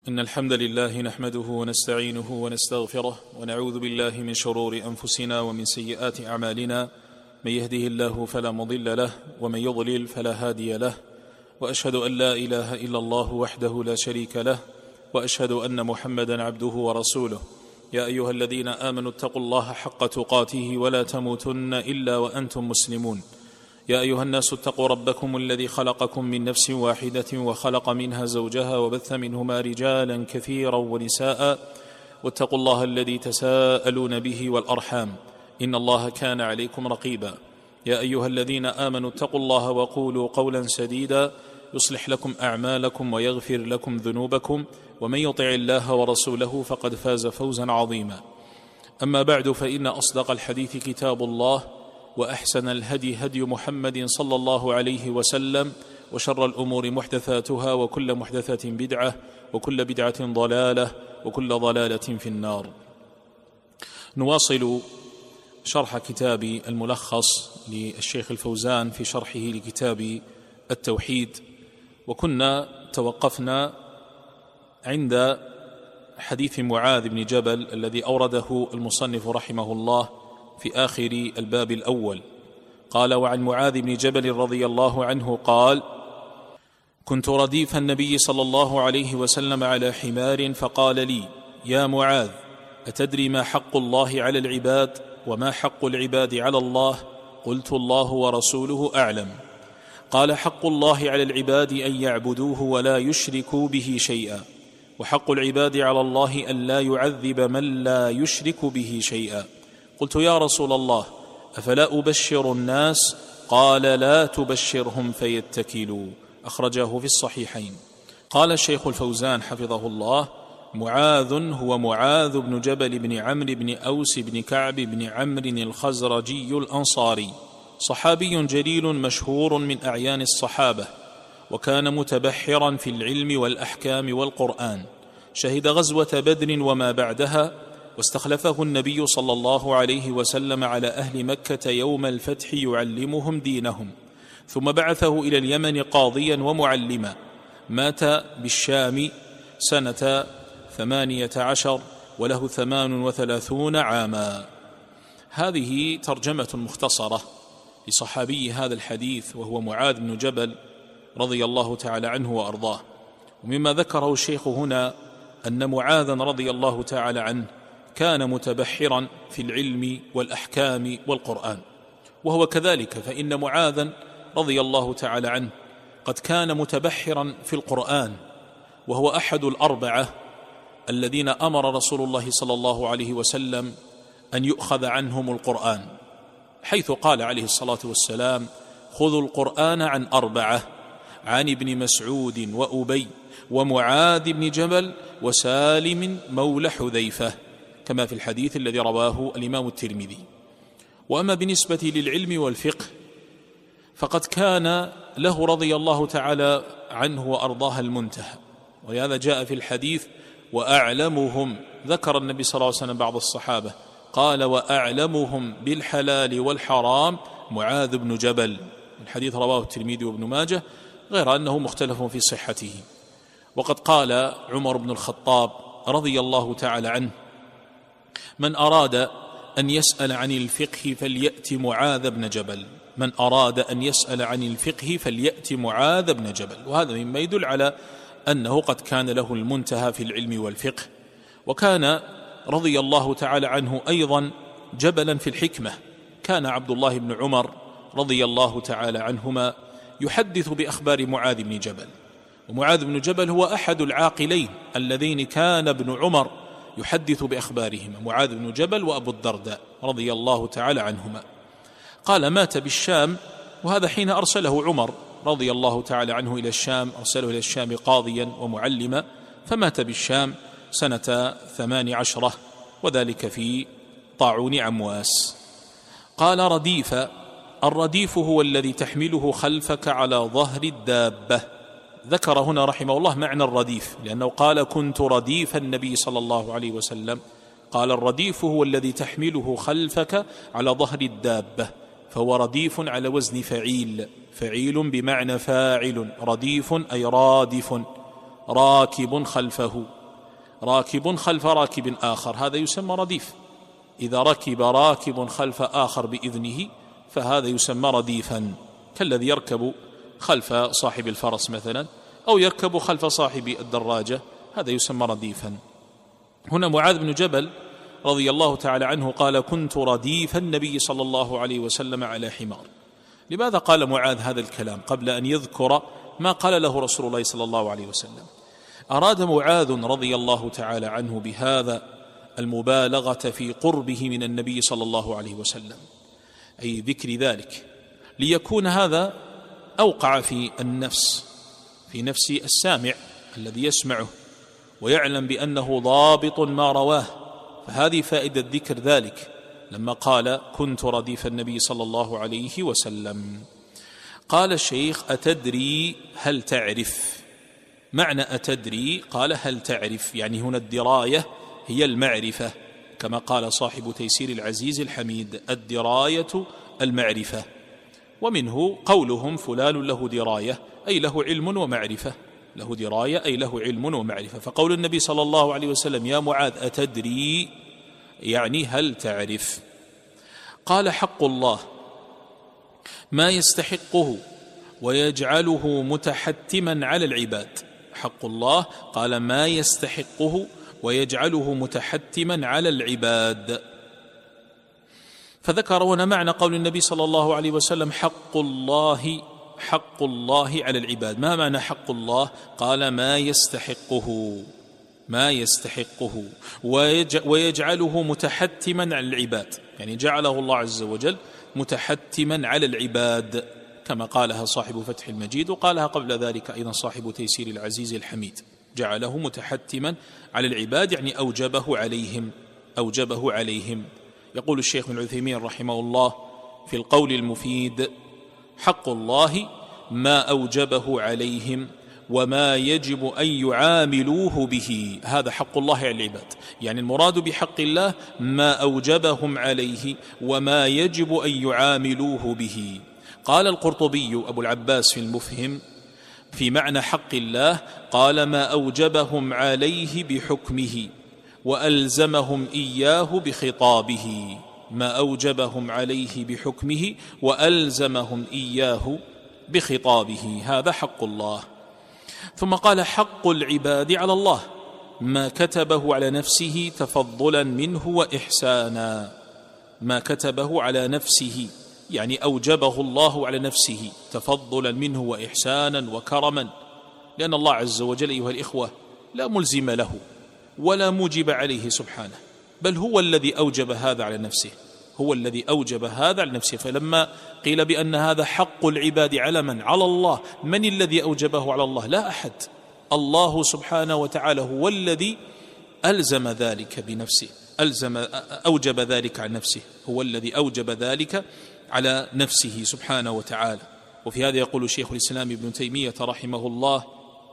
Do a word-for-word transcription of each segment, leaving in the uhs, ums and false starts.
إن الحمد لله نحمده ونستعينه ونستغفره ونعوذ بالله من شرور أنفسنا ومن سيئات أعمالنا. من يهده الله فلا مضل له ومن يضلل فلا هادي له، وأشهد أن لا إله إلا الله وحده لا شريك له، وأشهد أن محمدا عبده ورسوله. يا أيها الذين آمنوا اتقوا الله حق تقاته ولا تموتن إلا وأنتم مسلمون. يا أيها الناس اتقوا ربكم الذي خلقكم من نفس واحدة وخلق منها زوجها وبث منهما رجالا كثيرا ونساء، واتقوا الله الذي تساءلون به والأرحام إن الله كان عليكم رقيبا. يا أيها الذين آمنوا اتقوا الله وقولوا قولا سديدا يصلح لكم أعمالكم ويغفر لكم ذنوبكم، ومن يطع الله ورسوله فقد فاز فوزا عظيما. أما بعد، فإن أصدق الحديث كتاب الله، وأحسن الهدي هدي محمد صلى الله عليه وسلم، وشر الأمور محدثاتها، وكل محدثة بدعة، وكل بدعة ضلالة، وكل ضلالة في النار. نواصل شرح كتاب الملخص للشيخ الفوزان في شرحه لكتاب التوحيد، وكنا توقفنا عند حديث معاذ بن جبل الذي أورده المصنف رحمه الله في آخر الباب الأول. قال: وعن معاذ بن جبل رضي الله عنه قال: كنت رديف النبي صلى الله عليه وسلم على حمار، فقال لي: يا معاذ، أتدري ما حق الله على العباد وما حق العباد على الله؟ قلت: الله ورسوله أعلم. قال: حق الله على العباد أن يعبدوه ولا يشركوا به شيئا، وحق العباد على الله أن لا يعذب من لا يشرك به شيئا. قلت: يا رسول الله، أفلا أبشر الناس؟ قال: لا تبشرهم فيتكلوا. أخرجه في الصحيحين. قال الشيخ الفوزان حفظه الله: معاذ هو معاذ بن جبل بن عمرو بن أوس بن كعب بن عمرو الخزرجي الأنصاري، صحابي جليل مشهور من أعيان الصحابة، وكان متبحرا في العلم والأحكام والقرآن. شهد غزوة بدر وما بعدها، واستخلفه النبي صلى الله عليه وسلم على أهل مكة يوم الفتح يعلمهم دينهم، ثم بعثه إلى اليمن قاضيا ومعلما. مات بالشام سنة ثمانية عشر وله ثمان وثلاثون عاما. هذه ترجمة مختصرة لصحابي هذا الحديث، وهو معاذ بن جبل رضي الله تعالى عنه وأرضاه. ومما ذكره الشيخ هنا أن معاذا رضي الله تعالى عنه كان متبحرا في العلم والأحكام والقرآن، وهو كذلك، فإن معاذا رضي الله تعالى عنه قد كان متبحرا في القرآن، وهو أحد الأربعة الذين أمر رسول الله صلى الله عليه وسلم أن يؤخذ عنهم القرآن، حيث قال عليه الصلاة والسلام: خذوا القرآن عن أربعة، عن ابن مسعود وأبي ومعاذ بن جبل وسالم مولى حذيفة، كما في الحديث الذي رواه الإمام الترمذي. وأما بالنسبة للعلم والفقه فقد كان له رضي الله تعالى عنه وأرضاه المنتهى، ولهذا جاء في الحديث: وأعلمهم، ذكر النبي صلى الله عليه وسلم بعض الصحابة قال: وأعلمهم بالحلال والحرام معاذ بن جبل. الحديث رواه الترمذي وابن ماجه، غير أنه مختلف في صحته. وقد قال عمر بن الخطاب رضي الله تعالى عنه: من أراد أن يسأل عن الفقه فليأت معاذ بن جبل، من أراد أن يسأل عن الفقه فليأت معاذ بن جبل. وهذا مما يدل على أنه قد كان له المنتهى في العلم والفقه. وكان رضي الله تعالى عنه أيضا جبلا في الحكمة. كان عبد الله بن عمر رضي الله تعالى عنهما يحدث بأخبار معاذ بن جبل، ومعاذ بن جبل هو أحد العاقلين اللذين كان ابن عمر يحدث بأخبارهما، معاذ بن جبل وأبو الدرداء رضي الله تعالى عنهما. قال: مات بالشام، وهذا حين أرسله عمر رضي الله تعالى عنه إلى الشام، أرسله إلى الشام قاضيا ومعلما، فمات بالشام سنة ثمان عشرة، وذلك في طاعون عمواس. قال: رديف، الرديف هو الذي تحمله خلفك على ظهر الدابة. ذكر هنا رحمه الله معنى الرديف، لأنه قال: كنت رديف النبي صلى الله عليه وسلم. قال: الرديف هو الذي تحمله خلفك على ظهر الدابة، فهو رديف على وزن فعيل، فعيل بمعنى فاعل، رديف أي رادف، راكب خلفه، راكب خلف راكب آخر، هذا يسمى رديف. إذا ركب راكب خلف آخر بإذنه فهذا يسمى رديفا، كالذي يركب خلف صاحب الفرس مثلا، أو يركب خلف صاحب الدراجة، هذا يسمى رديفا. هنا معاذ بن جبل رضي الله تعالى عنه قال: كنت رديف النبي صلى الله عليه وسلم على حمار. لماذا قال معاذ هذا الكلام قبل أن يذكر ما قال له رسول الله صلى الله عليه وسلم؟ أراد معاذ رضي الله تعالى عنه بهذا المبالغة في قربه من النبي صلى الله عليه وسلم، أي ذكر ذلك، ليكون هذا أوقع في النفس، في نفس السامع الذي يسمعه ويعلم بأنه ضابط ما رواه، فهذه فائدة ذكر ذلك لما قال: كنت رديف النبي صلى الله عليه وسلم. قال الشيخ: أتدري هل تعرف؟ معنى أتدري قال هل تعرف، يعني هنا الدراية هي المعرفة، كما قال صاحب تيسير العزيز الحميد: الدراية المعرفة. ومنه قولهم: فلان له دراية، أي له علم ومعرفة، له دراية أي له علم ومعرفة. فقول النبي صلى الله عليه وسلم: يا معاذ أتدري، يعني هل تعرف. قال: حق الله ما يستحقه ويجعله متحتما على العباد. حق الله قال ما يستحقه ويجعله متحتما على العباد. فذكر هنا معنى قول النبي صلى الله عليه وسلم: حق الله، حق الله على العباد. ما معنى حق الله؟ قال ما يستحقه، ما يستحقه ويجعله متحتما على العباد، يعني جعله الله عز وجل متحتما على العباد، كما قالها صاحب فتح المجيد، وقالها قبل ذلك أيضا صاحب تيسير العزيز الحميد: جعله متحتما على العباد، يعني أوجبه عليهم، أوجبه عليهم. يقول الشيخ ابن عثيمين رحمه الله في القول المفيد: حق الله ما أوجبه عليهم وما يجب أن يعاملوه به، هذا حق الله على العباد، يعني المراد بحق الله ما أوجبهم عليه وما يجب أن يعاملوه به. قال القرطبي أبو العباس في المفهم في معنى حق الله: قال ما أوجبهم عليه بحكمه وألزمهم إياه بخطابه، ما أوجبهم عليه بحكمه وألزمهم إياه بخطابه، هذا حق الله. ثم قال: حق العباد على الله ما كتبه على نفسه تفضلا منه وإحسانا، ما كتبه على نفسه يعني أوجبه الله على نفسه تفضلا منه وإحسانا وكرما، لأن الله عز وجل أيها الإخوة لا ملزم له ولا موجب عليه سبحانه، بل هو الذي أوجب هذا على نفسه، هو الذي أوجب هذا على نفسه. فلما قيل بأن هذا حق العباد على من؟ على الله. من الذي أوجبه على الله؟ لا أحد، الله سبحانه وتعالى هو الذي ألزم ذلك بنفسه، ألزم أوجب ذلك على نفسه، هو الذي أوجب ذلك على نفسه سبحانه وتعالى. وفي هذا يقول شيخ الإسلام ابن تيمية رحمه الله: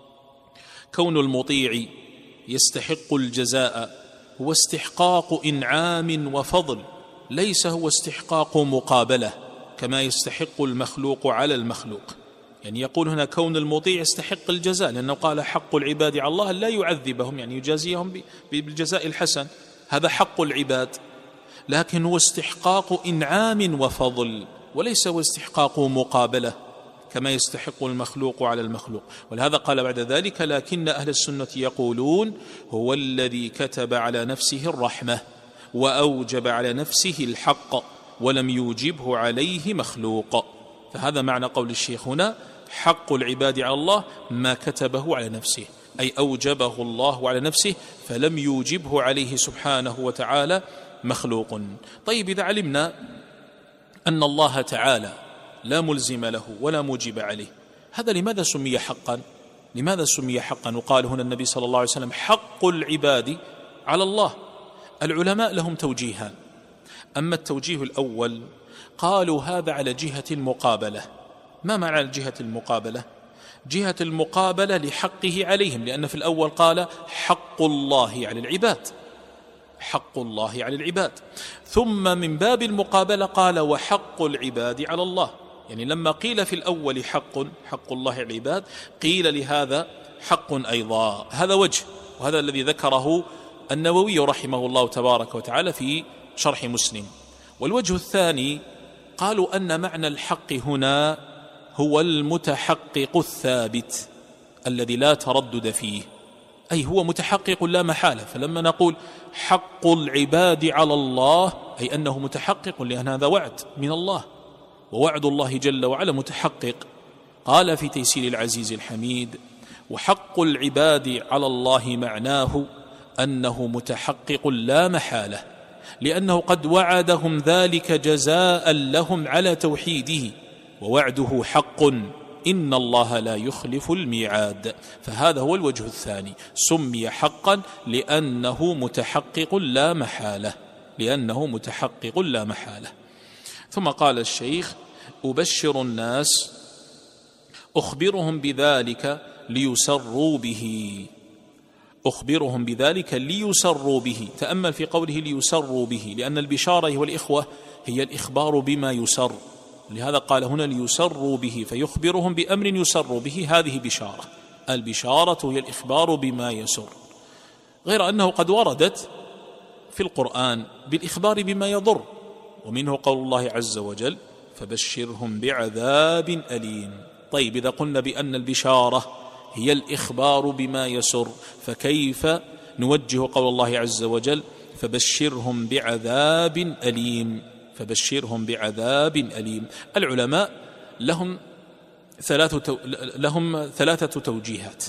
كون المطيع يستحق الجزاء هو استحقاق إنعام وفضل، ليس هو استحقاق مقابلة كما يستحق المخلوق على المخلوق. يعني يقول هنا كون المطيع يستحق الجزاء، لأنه قال حق العباد على الله لا يعذبهم، يعني يجازيهم بالجزاء الحسن، هذا حق العباد، لكن هو استحقاق إنعام وفضل، وليس هو استحقاق مقابلة كما يستحق المخلوق على المخلوق. ولهذا قال بعد ذلك: لكن أهل السنة يقولون هو الذي كتب على نفسه الرحمة وأوجب على نفسه الحق ولم يوجبه عليه مخلوق. فهذا معنى قول الشيخ هنا: حق العباد على الله ما كتبه على نفسه، أي أوجبه الله على نفسه فلم يوجبه عليه سبحانه وتعالى مخلوق. طيب، إذا علمنا أن الله تعالى لا ملزم له ولا موجب عليه، هذا لماذا سمي حقا؟ لماذا سمي حقا؟ وقال هنا النبي صلى الله عليه وسلم: حق العباد على الله. العلماء لهم توجيهان، أما التوجيه الأول قالوا هذا على جهة المقابلة. ما معنى جهة المقابلة؟ جهة المقابلة لحقه عليهم، لأن في الأول قال حق الله على العباد، حق الله على العباد، ثم من باب المقابلة قال وحق العباد على الله. يعني لما قيل في الأول حق حق الله على العباد، قيل لهذا حق أيضا. هذا وجه، وهذا الذي ذكره النووي رحمه الله تبارك وتعالى في شرح مسلم. والوجه الثاني قالوا أن معنى الحق هنا هو المتحقق الثابت الذي لا تردد فيه، أي هو متحقق لا محالة. فلما نقول حق العباد على الله أي أنه متحقق، لأن هذا وعد من الله، ووعد الله جل وعلا متحقق. قال في تيسير العزيز الحميد: وحق العباد على الله معناه أنه متحقق لا محالة، لأنه قد وعدهم ذلك جزاء لهم على توحيده، ووعده حق، إن الله لا يخلف الميعاد. فهذا هو الوجه الثاني، سمي حقا لأنه متحقق لا محالة، لأنه متحقق لا محالة. ثم قال الشيخ: أبشر الناس أخبرهم بذلك ليسروا به، أخبرهم بذلك ليسروا به. تأمل في قوله ليسروا به، لأن البشارة والإخوة هي الإخبار بما يسر، لهذا قال هنا ليسروا به، فيخبرهم بأمر يسر به، هذه بشارة. البشارة هي الإخبار بما يسر، غير أنه قد وردت في القرآن بالإخبار بما يضر، ومنه قول الله عز وجل: فبشرهم بعذاب أليم. طيب، إذا قلنا بأن البشارة هي الإخبار بما يسر، فكيف نوجه قول الله عز وجل: فبشرهم بعذاب أليم؟ فبشرهم بعذاب أليم. العلماء لهم ثلاثة تو... لهم ثلاثة توجيهات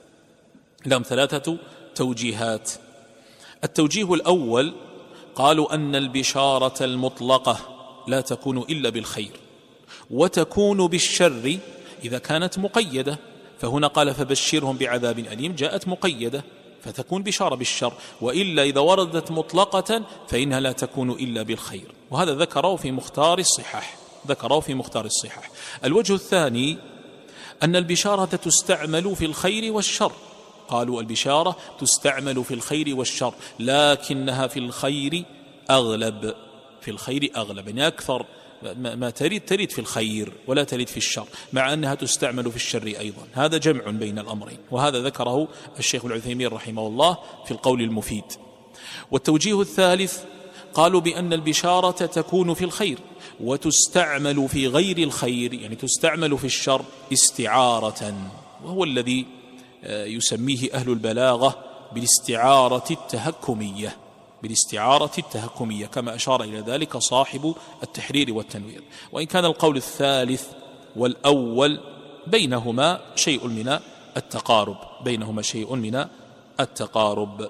لهم ثلاثة توجيهات. التوجيه الأول قالوا أن البشارة المطلقة لا تكون إلا بالخير، وتكون بالشر إذا كانت مقيدة، فهنا قال فبشرهم بعذاب أليم، جاءت مقيدة فتكون بشارة بالشر، وإلا إذا وردت مطلقة فإنها لا تكون إلا بالخير. وهذا ذكره في مختار الصحاح ذكره في مختار الصحاح. الوجه الثاني أن البشارة تستعمل في الخير والشر. قالوا البشارة تستعمل في الخير والشر، لكنها في الخير أغلب في الخير أغلب يعني أكثر ما تريد تريد في الخير ولا تريد في الشر، مع أنها تستعمل في الشر أيضا. هذا جمع بين الأمرين، وهذا ذكره الشيخ العثيمين رحمه الله في القول المفيد. والتوجيه الثالث قالوا بأن البشارة تكون في الخير وتستعمل في غير الخير، يعني تستعمل في الشر استعارة، وهو الذي يسميه أهل البلاغة بالاستعارة التهكمية بالاستعارة التهكمية كما أشار إلى ذلك صاحب التحرير والتنوير. وإن كان القول الثالث والأول بينهما شيء من التقارب بينهما شيء من التقارب.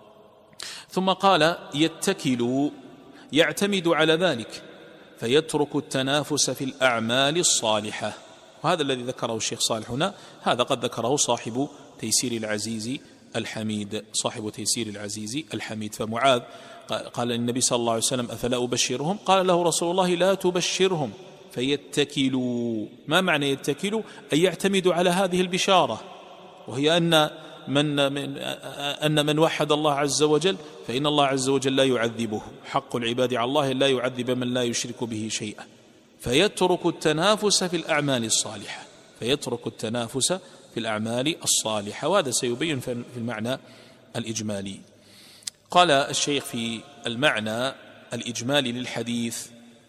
ثم قال: يتكل يعتمد على ذلك فيترك التنافس في الأعمال الصالحة. وهذا الذي ذكره الشيخ صالح هنا، هذا قد ذكره صاحب تيسير العزيز الحميد صاحب تيسير العزيز الحميد. فمعاذ قال للنبي صلى الله عليه وسلم: أفلا أبشرهم؟ قال له رسول الله: لا تبشرهم فيتكلوا. ما معنى يتكلوا؟ أن يعتمدوا على هذه البشارة، وهي أن من, من أن من وحد الله عز وجل فإن الله عز وجل لا يعذبه، حق العباد على الله لا يعذب من لا يشرك به شيئا. فيترك التنافس في الأعمال الصالحة فيترك التنافس في الأعمال الصالحة وهذا سيبين في المعنى الإجمالي. قال الشيخ في المعنى الإجمالي للحديث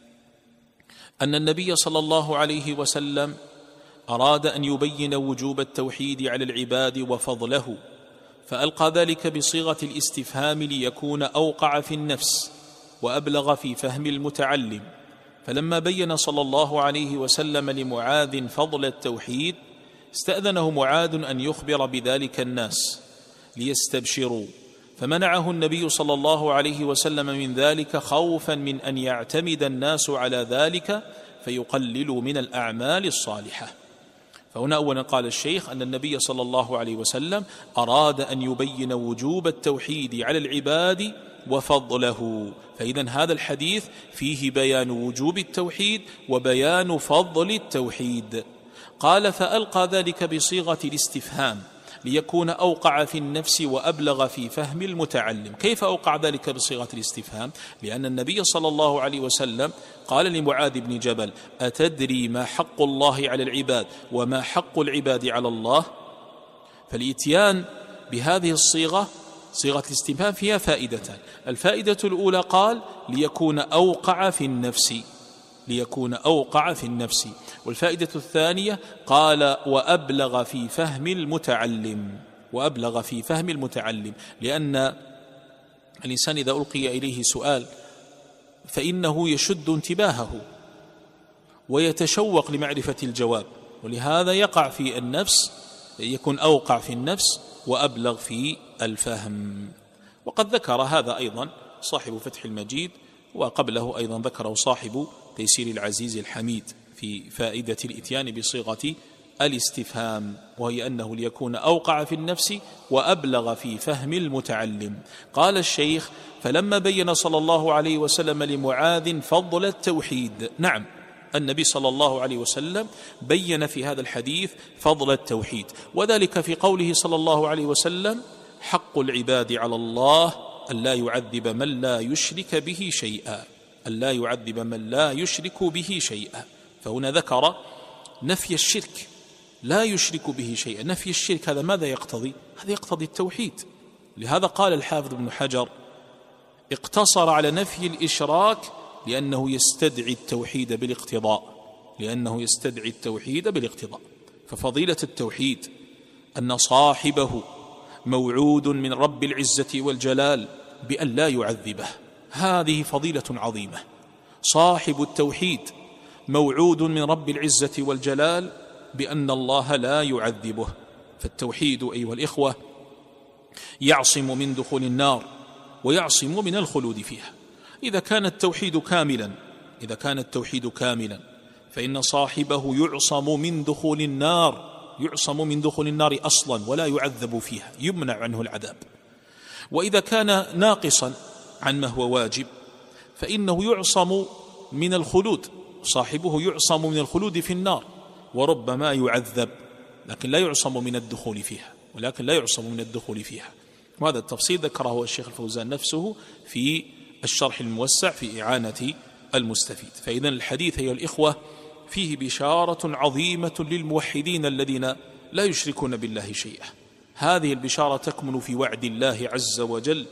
أن النبي صلى الله عليه وسلم أراد أن يبين وجوب التوحيد على العباد وفضله، فألقى ذلك بصيغة الاستفهام ليكون أوقع في النفس وأبلغ في فهم المتعلم. فلما بين صلى الله عليه وسلم لمعاذ فضل التوحيد استأذنه معاذ أن يخبر بذلك الناس ليستبشروا، فمنعه النبي صلى الله عليه وسلم من ذلك خوفا من أن يعتمد الناس على ذلك فيقللوا من الأعمال الصالحة. فهنا أولا قال الشيخ أن النبي صلى الله عليه وسلم أراد أن يبين وجوب التوحيد على العباد وفضله، فإذن هذا الحديث فيه بيان وجوب التوحيد وبيان فضل التوحيد. قال: فألقى ذلك بصيغة الاستفهام ليكون أوقع في النفس وأبلغ في فهم المتعلم. كيف أوقع ذلك بصيغة الاستفهام؟ لأن النبي صلى الله عليه وسلم قال لمعاذ بن جبل: أتدري ما حق الله على العباد وما حق العباد على الله؟ فالإتيان بهذه الصيغة صيغة الاستفهام فيها فائدتان. الفائدة الأولى قال ليكون أوقع في النفس، ليكون أوقع في النفس. والفائدة الثانية قال وأبلغ في فهم المتعلم، وأبلغ في فهم المتعلم، لأن الإنسان إذا ألقي إليه سؤال فإنه يشد انتباهه ويتشوق لمعرفة الجواب، ولهذا يقع في النفس، يكون أوقع في النفس وأبلغ في الفهم. وقد ذكر هذا أيضا صاحب فتح المجيد، وقبله أيضا ذكره صاحب تيسير العزيز الحميد في فائدة الإتيان بصيغة الاستفهام، وهي أنه ليكون أوقع في النفس وأبلغ في فهم المتعلم. قال الشيخ فلما بين صلى الله عليه وسلم لمعاذ فضل التوحيد، نعم النبي صلى الله عليه وسلم بين في هذا الحديث فضل التوحيد، وذلك في قوله صلى الله عليه وسلم حق العباد على الله أن لا يعذب من لا يشرك به شيئا، أن لا يعذب من لا يشرك به شيئا. فهنا ذكر نفي الشرك، لا يشرك به شيئا. نفي الشرك هذا ماذا يقتضي؟ هذا يقتضي التوحيد. لهذا قال الحافظ ابن حجر اقتصر على نفي الإشراك لأنه يستدعي التوحيد بالاقتضاء، لأنه يستدعي التوحيد بالاقتضاء. ففضيلة التوحيد أن صاحبه موعود من رب العزة والجلال بأن لا يعذبه، هذه فضيلة عظيمة. صاحب التوحيد موعود من رب العزة والجلال بأن الله لا يعذبه. فالتوحيد أيها الإخوة يعصم من دخول النار ويعصم من الخلود فيها. إذا كان التوحيد كاملا إذا كان التوحيد كاملا فإن صاحبه يعصم من دخول النار، يعصم من دخول النار أصلا ولا يعذب فيها، يمنع عنه العذاب. وإذا كان ناقصا عن ما هو واجب فإنه يعصم من الخلود، صاحبه يعصم من الخلود في النار وربما يعذب، لكن لا يعصم من الدخول فيها، ولكن لا يعصم من الدخول فيها. وهذا التفصيل ذكره الشيخ الفوزان نفسه في الشرح الموسع في إعانة المستفيد. فإذا الحديث أيها الإخوة فيه بشارة عظيمة للموحدين الذين لا يشركون بالله شيئا. هذه البشارة تكمن في وعد الله عز وجل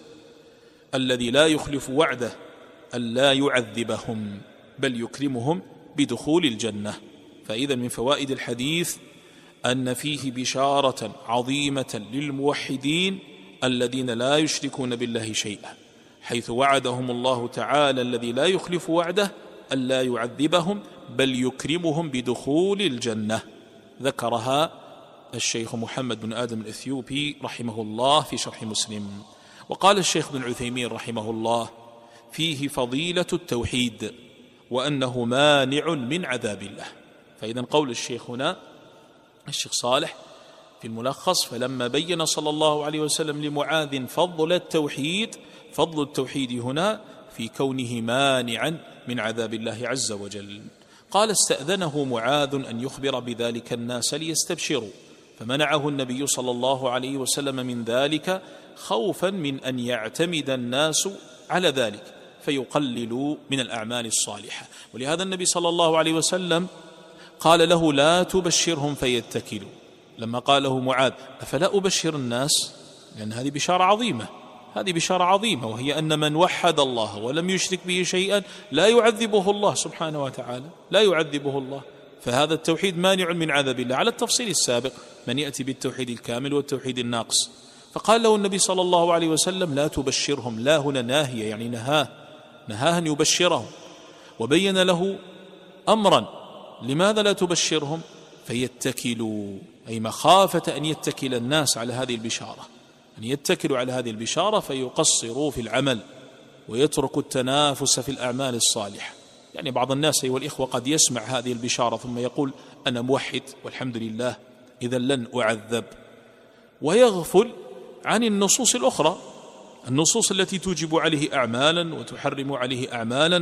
الذي لا يخلف وعده أن لا يعذبهم بل يكرمهم بدخول الجنة. فإذا من فوائد الحديث أن فيه بشارة عظيمة للموحدين الذين لا يشركون بالله شيئا، حيث وعدهم الله تعالى الذي لا يخلف وعده أن لا يعذبهم بل يكرمهم بدخول الجنة. ذكرها الشيخ محمد بن آدم الإثيوبي رحمه الله في شرح مسلم. وقال الشيخ بن عثيمين رحمه الله فيه فضيلة التوحيد وأنه مانع من عذاب الله. فإذا قول الشيخ هنا الشيخ صالح في الملخص فلما بين صلى الله عليه وسلم لمعاذ فضل التوحيد، فضل التوحيد هنا في كونه مانعا من عذاب الله عز وجل. قال استأذنه معاذ أن يخبر بذلك الناس ليستبشروا، فمنعه النبي صلى الله عليه وسلم من ذلك خوفا من أن يعتمد الناس على ذلك فيقللوا من الأعمال الصالحة. ولهذا النبي صلى الله عليه وسلم قال له لا تبشرهم فيتكلوا. لما قاله معاذ أفلا أبشر الناس، لأن هذه بشارة عظيمة، هذه بشارة عظيمة، وهي أن من وحد الله ولم يشرك به شيئا لا يعذبه الله سبحانه وتعالى، لا يعذبه الله. فهذا التوحيد مانع من عذاب الله على التفصيل السابق، من يأتي بالتوحيد الكامل والتوحيد الناقص. فقال له النبي صلى الله عليه وسلم لا تبشرهم، لا هنا ناهية يعني نهاه نهاه أن يبشرهم، وبين له أمرا لماذا لا تبشرهم فيتكلوا، أي مخافة أن يتكل الناس على هذه البشارة، أن يتكلوا على هذه البشارة فيقصروا في العمل ويتركوا التنافس في الأعمال الصالحة. يعني بعض الناس أيها الإخوة قد يسمع هذه البشارة ثم يقول أنا موحد والحمد لله إذا لن أعذب، ويغفل عن النصوص الأخرى، النصوص التي توجب عليه أعمالا وتحرم عليه أعمالا،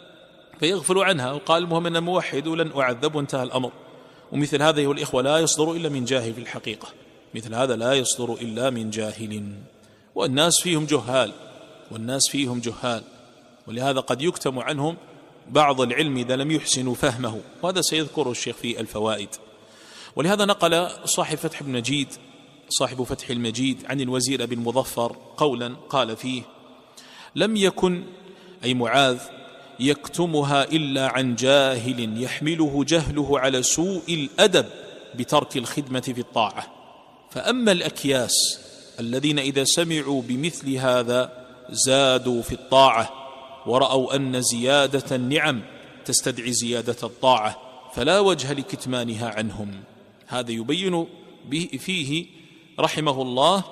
فيغفل عنها وقال المهم أنا موحد ولن أعذب وانتهى الأمر. ومثل هذا أيها الإخوة لا يصدر إلا من جاهل في الحقيقة، مثل هذا لا يصدر إلا من جاهل، والناس فيهم جهال والناس فيهم جهال ولهذا قد يكتم عنهم بعض العلم إذا لم يحسنوا فهمه، وهذا سيذكره الشيخ في الفوائد. ولهذا نقل صاحب فتح بن مجيد صاحب فتح المجيد عن الوزير أبي المظفر قولا قال فيه: لم يكن أي معاذ يكتمها إلا عن جاهل يحمله جهله على سوء الأدب بترك الخدمة في الطاعة. فأما الأكياس الذين إذا سمعوا بمثل هذا زادوا في الطاعة ورأوا أن زيادة النعم تستدعي زيادة الطاعة فلا وجه لكتمانها عنهم. هذا يبين فيه رحمه الله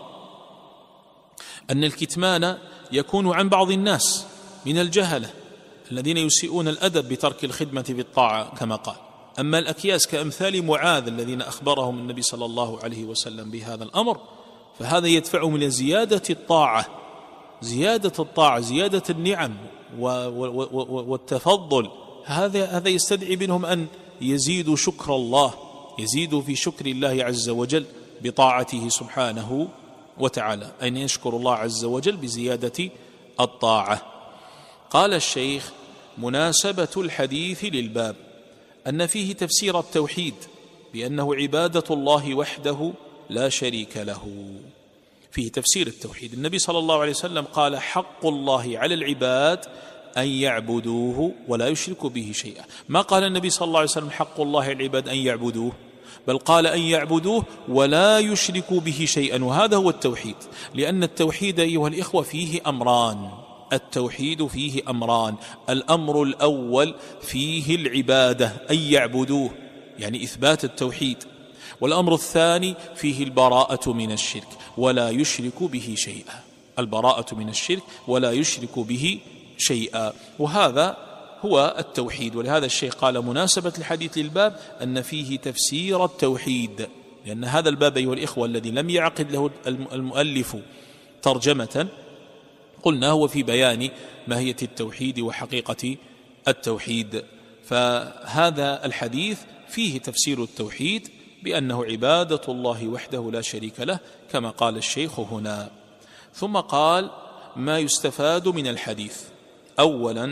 أن الكتمان يكون عن بعض الناس من الجهلة الذين يسيئون الأدب بترك الخدمة في الطاعة كما قال. أما الأكياس كأمثال معاذ الذين أخبرهم النبي صلى الله عليه وسلم بهذا الأمر فهذا يدفعهم إلى زيادة الطاعة زيادة الطاعة زيادة النعم والتفضل. هذا هذا يستدعي منهم أن يزيدوا شكر الله، يزيدوا في شكر الله عز وجل بطاعته سبحانه وتعالى، أن يشكر الله عز وجل بزيادة الطاعة. قال الشيخ: مناسبة الحديث للباب أن فيه تفسير التوحيد بأنه عبادة الله وحده لا شريك له. فيه تفسير التوحيد. النبي صلى الله عليه وسلم قال: حق الله على العباد أن يعبدوه ولا يشركوا به شيئا. ما قال النبي صلى الله عليه وسلم حق الله على العباد أن يعبدوه، بل قال أن يعبدوه ولا يشركوا به شيئا. وهذا هو التوحيد، لأن التوحيد أيها الإخوة فيه أمران. التوحيد فيه أمران: الأمر الأول فيه العبادة أن يعبدوه يعني إثبات التوحيد، والأمر الثاني فيه البراءة من الشرك ولا يشرك به شيئا. البراءة من الشرك ولا يشرك به شيئا، وهذا هو التوحيد. ولهذا الشيخ قال: مناسبة الحديث للباب أن فيه تفسير التوحيد، لأن هذا الباب أيها الإخوة الذي لم يعقد له المؤلف ترجمة قلنا هو في بيان ماهية التوحيد وحقيقة التوحيد. فهذا الحديث فيه تفسير التوحيد بأنه عبادة الله وحده لا شريك له كما قال الشيخ هنا. ثم قال: ما يستفاد من الحديث: أولا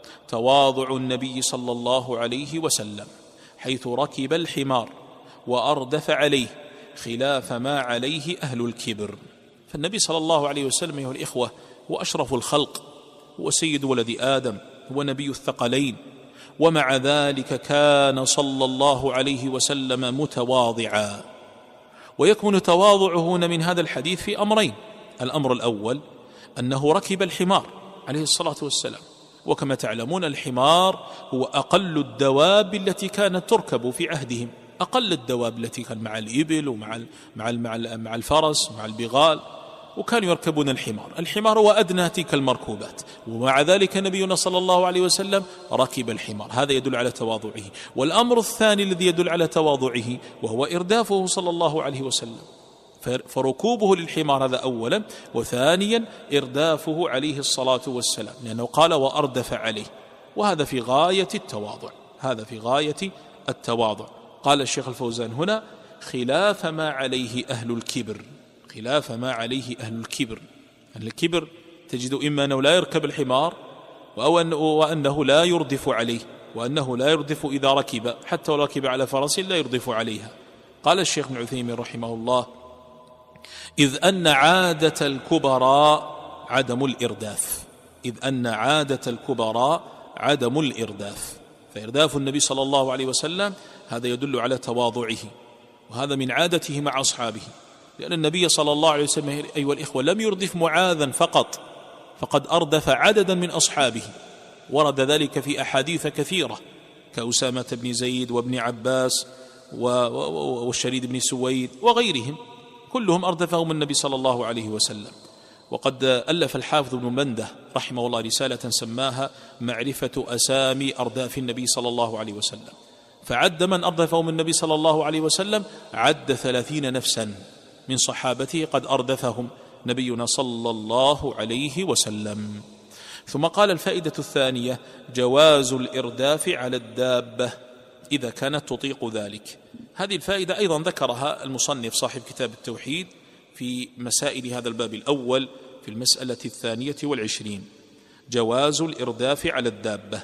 تواضع النبي صلى الله عليه وسلم حيث ركب الحمار وأردف عليه خلاف ما عليه أهل الكبر. فالنبي صلى الله عليه وسلم أيها الإخوة هو أشرف الخلق، هو سيد ولد آدم، هو نبي الثقلين، ومع ذلك كان صلى الله عليه وسلم متواضعا. ويكمن تواضعه هنا من هذا الحديث في أمرين: الأمر الأول أنه ركب الحمار عليه الصلاة والسلام، وكما تعلمون الحمار هو أقل الدواب التي كانت تركب في عهدهم، أقل الدواب التي كان مع الإبل ومع مع مع الفرس مع البغال، وكانوا يركبون الحمار. الحمار هو أدنى تلك المركوبات، ومع ذلك نبينا صلى الله عليه وسلم ركب الحمار. هذا يدل على تواضعه. والأمر الثاني الذي يدل على تواضعه وهو إردافه صلى الله عليه وسلم، فركوبه للحمار هذا أولا، وثانيا إردافه عليه الصلاة والسلام، لأنه قال وأردف عليه، وهذا في غاية التواضع، هذا في غاية التواضع. قال الشيخ الفوزان هنا: خلاف ما عليه أهل الكبر، خلاف ما عليه أهل الكبر. أهل الكبر تجد إما أنه لا يركب الحمار وأنه لا يردف عليه، وأنه لا يردف إذا ركب، حتى ولو ركب على فرس لا يردف عليها. قال الشيخ ابن عثيمين رحمه الله: إذ أن عادة الكبراء عدم الإرداف، إذ أن عادة الكبراء عدم الإرداف. فإرداف النبي صلى الله عليه وسلم هذا يدل على تواضعه، وهذا من عادته مع أصحابه، لأن النبي صلى الله عليه وسلم أيها الإخوة لم يردف معاذا فقط، فقد أردف عددا من أصحابه، ورد ذلك في أحاديث كثيرة كأسامة بن زيد وابن عباس والشريد بن سويد وغيرهم، كلهم أردفهم النبي صلى الله عليه وسلم. وقد ألف الحافظ ابن منده رحمه الله رسالة سماها معرفة أسامي أرداف النبي صلى الله عليه وسلم، فعد من أردفهم النبي صلى الله عليه وسلم، عد ثلاثين نفسا من صحابته قد أردفهم نبينا صلى الله عليه وسلم. ثم قال: الفائدة الثانية جواز الإرداف على الدابة إذا كانت تطيق ذلك. هذه الفائدة أيضا ذكرها المصنف صاحب كتاب التوحيد في مسائل هذا الباب الأول في المسألة الثانية والعشرين، جواز الإرداف على الدابة.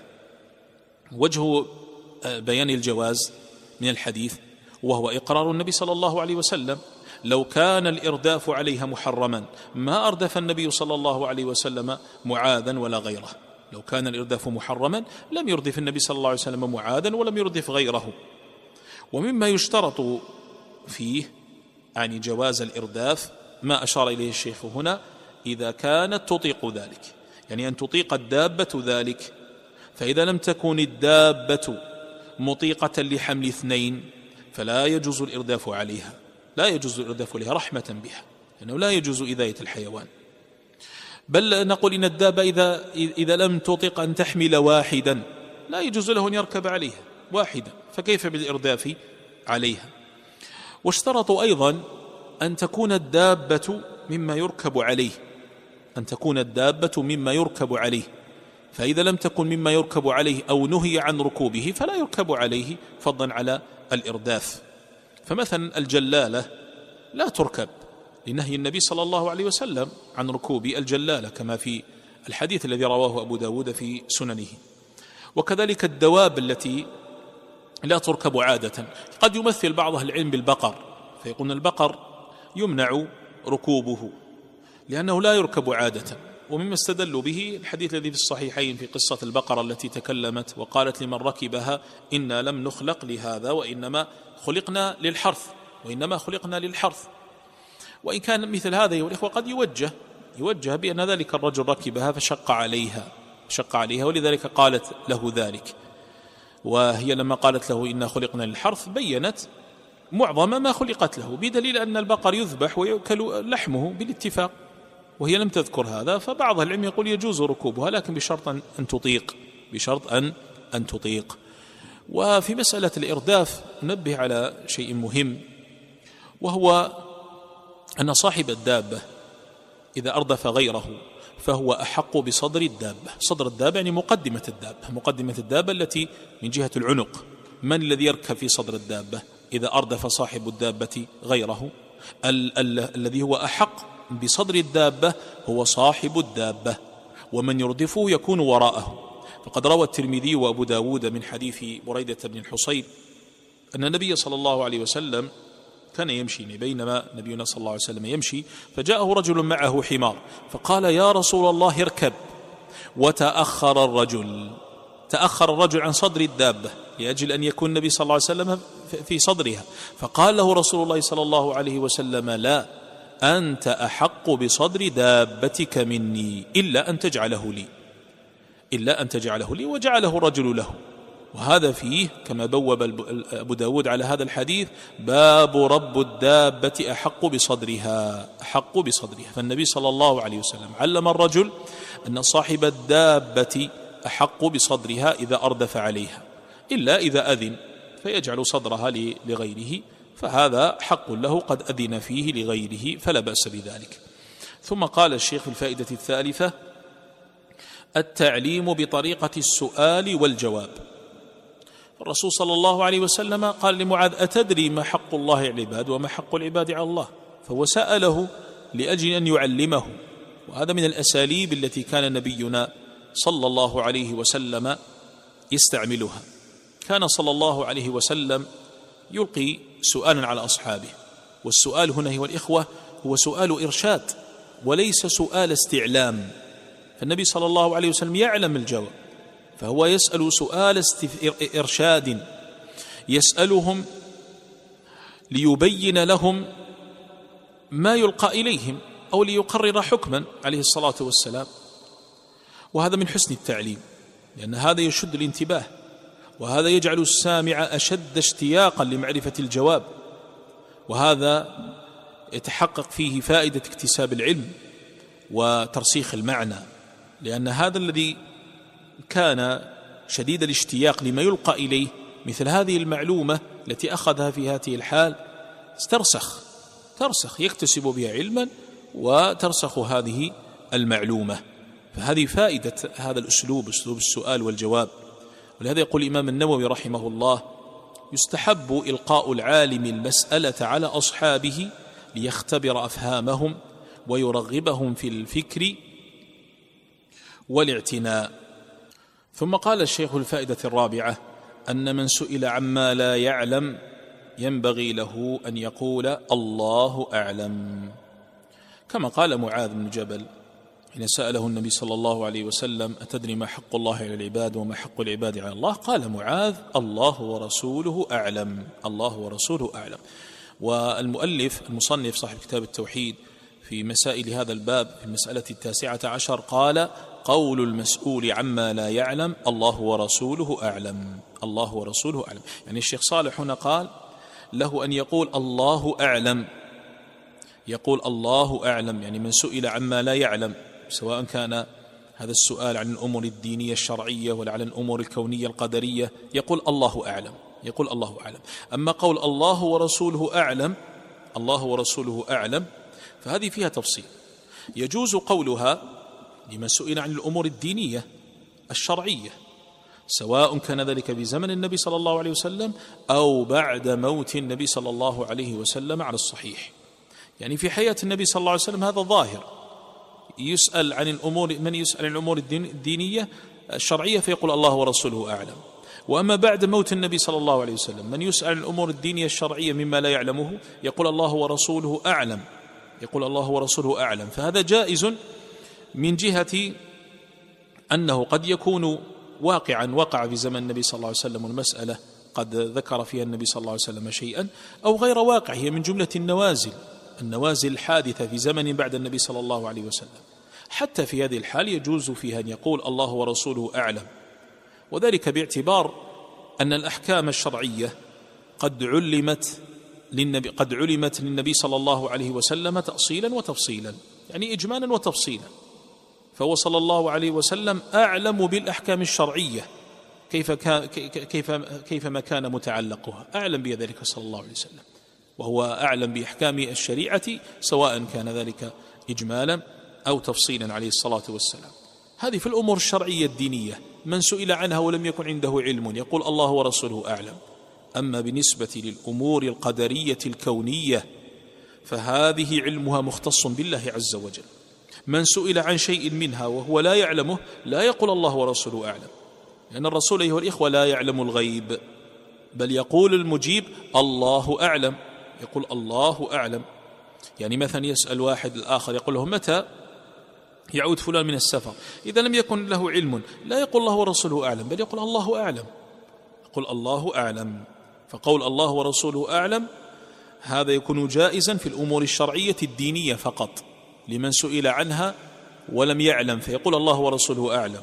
وجه بيان الجواز من الحديث وهو إقرار النبي صلى الله عليه وسلم لو كان الإرداف عليها محرما ما أردف النبي صلى الله عليه وسلم معاذا ولا غيره. لو كان الإرداف محرما لم يردف النبي صلى الله عليه وسلم معاذا ولم يردف غيره. ومما يشترط فيه يعني جواز الإرداف ما أشار إليه الشيخ هنا، إذا كانت تطيق ذلك، يعني أن تطيق الدابة ذلك. فإذا لم تكن الدابة مطيقة لحمل اثنين فلا يجوز الإرداف عليها، لا يجوز الإرداف عليها رحمة بها، لأنه لا يجوز إذاية الحيوان. بل نقول إن الدابة إذا, إذا لم تطيق أن تحمل واحدا لا يجوز له أن يركب عليها واحدا، فكيف بالإرداف عليها؟ واشترطوا أيضا أن تكون الدابة مما يركب عليه، أن تكون الدابة مما يركب عليه. فإذا لم تكن مما يركب عليه أو نهي عن ركوبه فلا يركب عليه فضلا على الإرداف. فمثلا الجلالة لا تركب لنهي النبي صلى الله عليه وسلم عن ركوب الجلالة كما في الحديث الذي رواه أبو داود في سننه. وكذلك الدواب التي لا تركب عادة، قد يمثل بعض أهل العلم بالبقر فيقول البقر يمنع ركوبه لأنه لا يركب عادة. ومما استدلوا به الحديث الذي في الصحيحين في قصة البقرة التي تكلمت وقالت لمن ركبها إنا لم نخلق لهذا وإنما خلقنا للحرث وإنما خلقنا للحرث. وإن كان مثل هذا أيها الإخوة قد يوجه يوجه بأن ذلك الرجل ركبها فشق عليها شق عليها ولذلك قالت له ذلك. وهي لما قالت له إنا خلقنا للحرث بينت معظم ما خلقت له، بدليل أن البقر يذبح ويؤكل لحمه بالاتفاق، وهي لم تذكر هذا. فبعض العلم يقول يجوز ركوبها لكن بشرط أن تطيق بشرط أن أن تطيق. وفي مسألة الإرداف ننبه على شيء مهم، وهو أن صاحب الدابة إذا أردف غيره فهو أحق بصدر الدابة. صدر الدابة يعني مقدمة الدابة، مقدمة الدابة التي من جهة العنق. من الذي يركب في صدر الدابة إذا أردف صاحب الدابة غيره؟ ال- ال- الذي هو أحق بصدر الدابة هو صاحب الدابة، ومن يردفه يكون وراءه. فقد روى الترمذي وأبو داود من حديث بريدة بن الحصيب أن النبي صلى الله عليه وسلم كان يمشي، بينما نبينا صلى الله عليه وسلم يمشي فجاءه رجل معه حمار فقال يا رسول الله اركب، وتأخر الرجل تأخر الرجل عن صدر الدابة لأجل أن يكون النبي صلى الله عليه وسلم في صدرها. فقال له رسول الله صلى الله عليه وسلم لا، أنت أحق بصدر دابتك مني إلا أن تجعله لي إلا أن تجعله لي وجعله الرجل له. وهذا فيه كما بوب أبو داود على هذا الحديث باب رب الدابة أحق بصدرها أحق بصدرها. فالنبي صلى الله عليه وسلم علم الرجل أن صاحب الدابة أحق بصدرها إذا أردف عليها، إلا إذا أذن فيجعل صدرها لغيره، فهذا حق له قد أذن فيه لغيره فلا بأس بذلك. ثم قال الشيخ في الفائدة الثالثة التعليم بطريقة السؤال والجواب. الرسول صلى الله عليه وسلم قال لمعاذ أتدري ما حق الله على العباد وما حق العباد على الله؟ فهو سأله لأجل أن يعلمه، وهذا من الأساليب التي كان نبينا صلى الله عليه وسلم يستعملها. كان صلى الله عليه وسلم يلقي سؤالا على أصحابه، والسؤال هنا هو الإخوة هو سؤال إرشاد وليس سؤال استعلام. فالنبي صلى الله عليه وسلم يعلم الجواب، فهو يسأل سؤال إرشاد، يسألهم ليبين لهم ما يلقى إليهم أو ليقرر حكما عليه الصلاة والسلام. وهذا من حسن التعليم، لأن هذا يشد الانتباه، وهذا يجعل السامع أشد اشتياقا لمعرفة الجواب، وهذا يتحقق فيه فائدة اكتساب العلم وترسيخ المعنى، لأن هذا الذي كان شديد الاشتياق لما يلقى إليه مثل هذه المعلومة التي أخذها في هذه الحال ترسخ ترسخ يكتسب بها علما وترسخ هذه المعلومة. فهذه فائدة هذا الأسلوب، أسلوب السؤال والجواب. ولهذا يقول الإمام النووي رحمه الله يستحب إلقاء العالم المسألة على أصحابه ليختبر أفهامهم ويرغبهم في الفكر والاعتناء. ثم قال الشيخ الفائدة الرابعة أن من سئل عما لا يعلم ينبغي له أن يقول الله أعلم، كما قال معاذ بن جبل حين سأله النبي صلى الله عليه وسلم: أتدري ما حق الله على العباد وما حق العباد على الله؟ قال معاذ: الله ورسوله أعلم، الله ورسوله أعلم. والمؤلف المصنف صاحب كتاب التوحيد في مسائل هذا الباب في المسألة التاسعة عشر قال: قول المسؤول عما لا يعلم الله ورسوله أعلم، الله ورسوله أعلم. يعني الشيخ صالح هنا قال له أن يقول الله أعلم، يقول الله أعلم، يعني من سئل عما لا يعلم، سواء كان هذا السؤال عن الأمور الدينية الشرعية ولا عن الأمور الكونية القدرية، يقول الله أعلم، يقول الله أعلم. أما قول الله ورسوله أعلم، الله ورسوله أعلم، فهذه فيها تفصيل. يجوز قولها لمن سئل عن الأمور الدينية الشرعية، سواء كان ذلك بزمن النبي صلى الله عليه وسلم أو بعد موت النبي صلى الله عليه وسلم على الصحيح. يعني في حياة النبي صلى الله عليه وسلم هذا ظاهر، يسأل عن الأمور، من يسأل عن الأمور الدينية الشرعية فيقول الله ورسوله أعلم. وأما بعد موت النبي صلى الله عليه وسلم من يسأل عن الأمور الدينية الشرعية مما لا يعلمه يقول الله ورسوله أعلم، يقول الله ورسوله أعلم. فهذا جائز من جهة أنه قد يكون واقعا وقع في زمن النبي صلى الله عليه وسلم والمسألة قد ذكر فيها النبي صلى الله عليه وسلم شيئا، أو غير واقع، هي من جملة النوازل النوازل الحادثة في زمن بعد النبي صلى الله عليه وسلم. حتى في هذه الحال يجوز فيها أن يقول الله ورسوله أعلم، وذلك باعتبار أن الأحكام الشرعية قد علمت للنبي قد علمت للنبي صلى الله عليه وسلم تأصيلا وتفصيلا، يعني إجمالا وتفصيلا، فهو صلى الله عليه وسلم أعلم بالأحكام الشرعية كيف كيف كيفما كان متعلقها، أعلم بذلك صلى الله عليه وسلم، وهو أعلم بأحكام الشريعة سواء كان ذلك إجمالا أو تفصيلا عليه الصلاة والسلام. هذه في الأمور الشرعية الدينية من سئل عنها ولم يكن عنده علم يقول الله ورسوله أعلم. أما بالنسبة للأمور القدرية الكونية فهذه علمها مختص بالله عز وجل، من سئل عن شيء منها وهو لا يعلمه لا يقول الله ورسوله أعلم، لأن الرسول أيها الإخوة لا يعلم الغيب، بل يقول المجيب الله أعلم، يقول الله أعلم. يعني مثلا يسأل واحد الآخر يقول له متى يعود فلان من السفر، إذا لم يكن له علم لا يقول الله ورسوله أعلم، بل يقول الله أعلم، يقول الله أعلم. فقول الله ورسوله أعلم هذا يكون جائزا في الأمور الشرعية الدينية فقط لمن سئل عنها ولم يعلم فيقول الله ورسوله أعلم.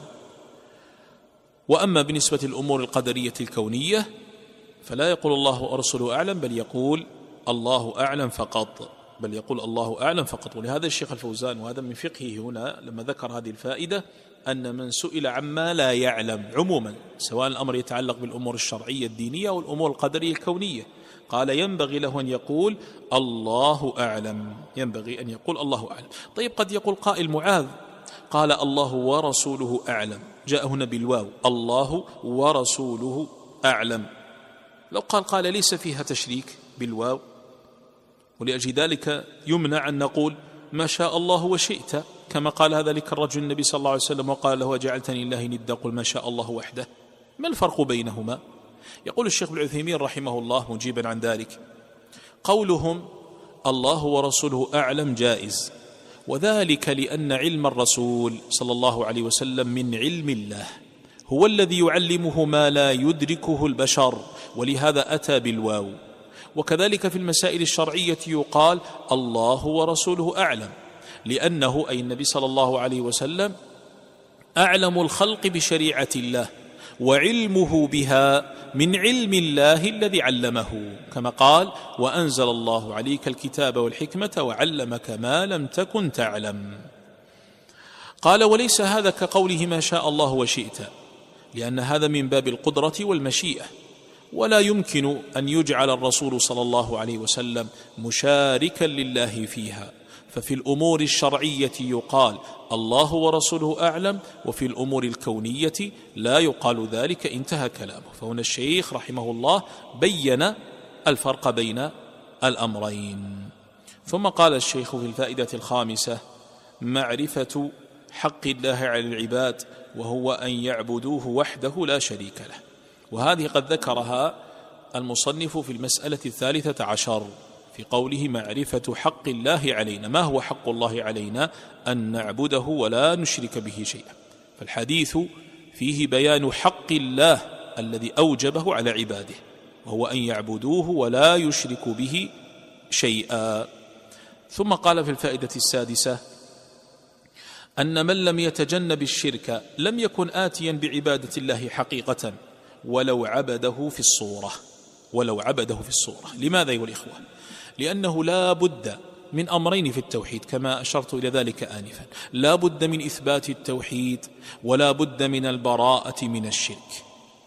وأما بالنسبة للأمور القدرية الكونية فلا يقول الله ورسوله أعلم، بل يقول الله أعلم فقط، بل يقول الله أعلم فقط. ولهذا الشيخ الفوزان، وهذا من فقهه هنا لما ذكر هذه الفائدة، أن من سئل عما لا يعلم عموما سواء الأمر يتعلق بالأمور الشرعية الدينية والأمور القدرية الكونية قال ينبغي له أن يقول الله أعلم، ينبغي أن يقول الله أعلم. طيب قد يقول قائل معاذ قال الله ورسوله أعلم، جاء هنا بالواو الله ورسوله أعلم، لو قال قال ليس فيها تشريك بالواو، ولأجل ذلك يمنع أن نقول ما شاء الله وشئت كما قال هذا لك الرجل النبي صلى الله عليه وسلم وقال له جعلتني الله ندا قل ما شاء الله وحده، ما الفرق بينهما؟ يقول الشيخ ابن عثيمين رحمه الله مجيبا عن ذلك قولهم الله ورسوله أعلم جائز، وذلك لأن علم الرسول صلى الله عليه وسلم من علم الله، هو الذي يعلمه ما لا يدركه البشر، ولهذا أتى بالواو. وكذلك في المسائل الشرعية يقال الله ورسوله أعلم، لأنه أي النبي صلى الله عليه وسلم أعلم الخلق بشريعة الله، وعلمه بها من علم الله الذي علمه، كما قال وأنزل الله عليك الكتاب والحكمة وعلمك ما لم تكن تعلم. قال وليس هذا كقوله ما شاء الله وشئت، لأن هذا من باب القدرة والمشيئة، ولا يمكن أن يجعل الرسول صلى الله عليه وسلم مشاركا لله فيها، ففي الأمور الشرعية يقال الله ورسوله أعلم، وفي الأمور الكونية لا يقال ذلك، انتهى كلامه. فهنا الشيخ رحمه الله بين الفرق بين الأمرين. ثم قال الشيخ في الفائدة الخامسة معرفة حق الله على العباد، وهو أن يعبدوه وحده لا شريك له. وهذه قد ذكرها المصنف في المسألة الثالثة عشر في قوله معرفة حق الله علينا. ما هو حق الله علينا؟ أن نعبده ولا نشرك به شيئا. فالحديث فيه بيان حق الله الذي أوجبه على عباده، وهو أن يعبدوه ولا يشركوا به شيئا. ثم قال في الفائدة السادسة أن من لم يتجنب الشرك لم يكن آتيا بعبادة الله حقيقة ولو عبده في الصورة ولو عبده في الصورة. لماذا أيها الإخوة؟ لأنه لا بد من أمرين في التوحيد كما أشرت إلى ذلك آنفا، لا بد من إثبات التوحيد ولا بد من البراءة من الشرك.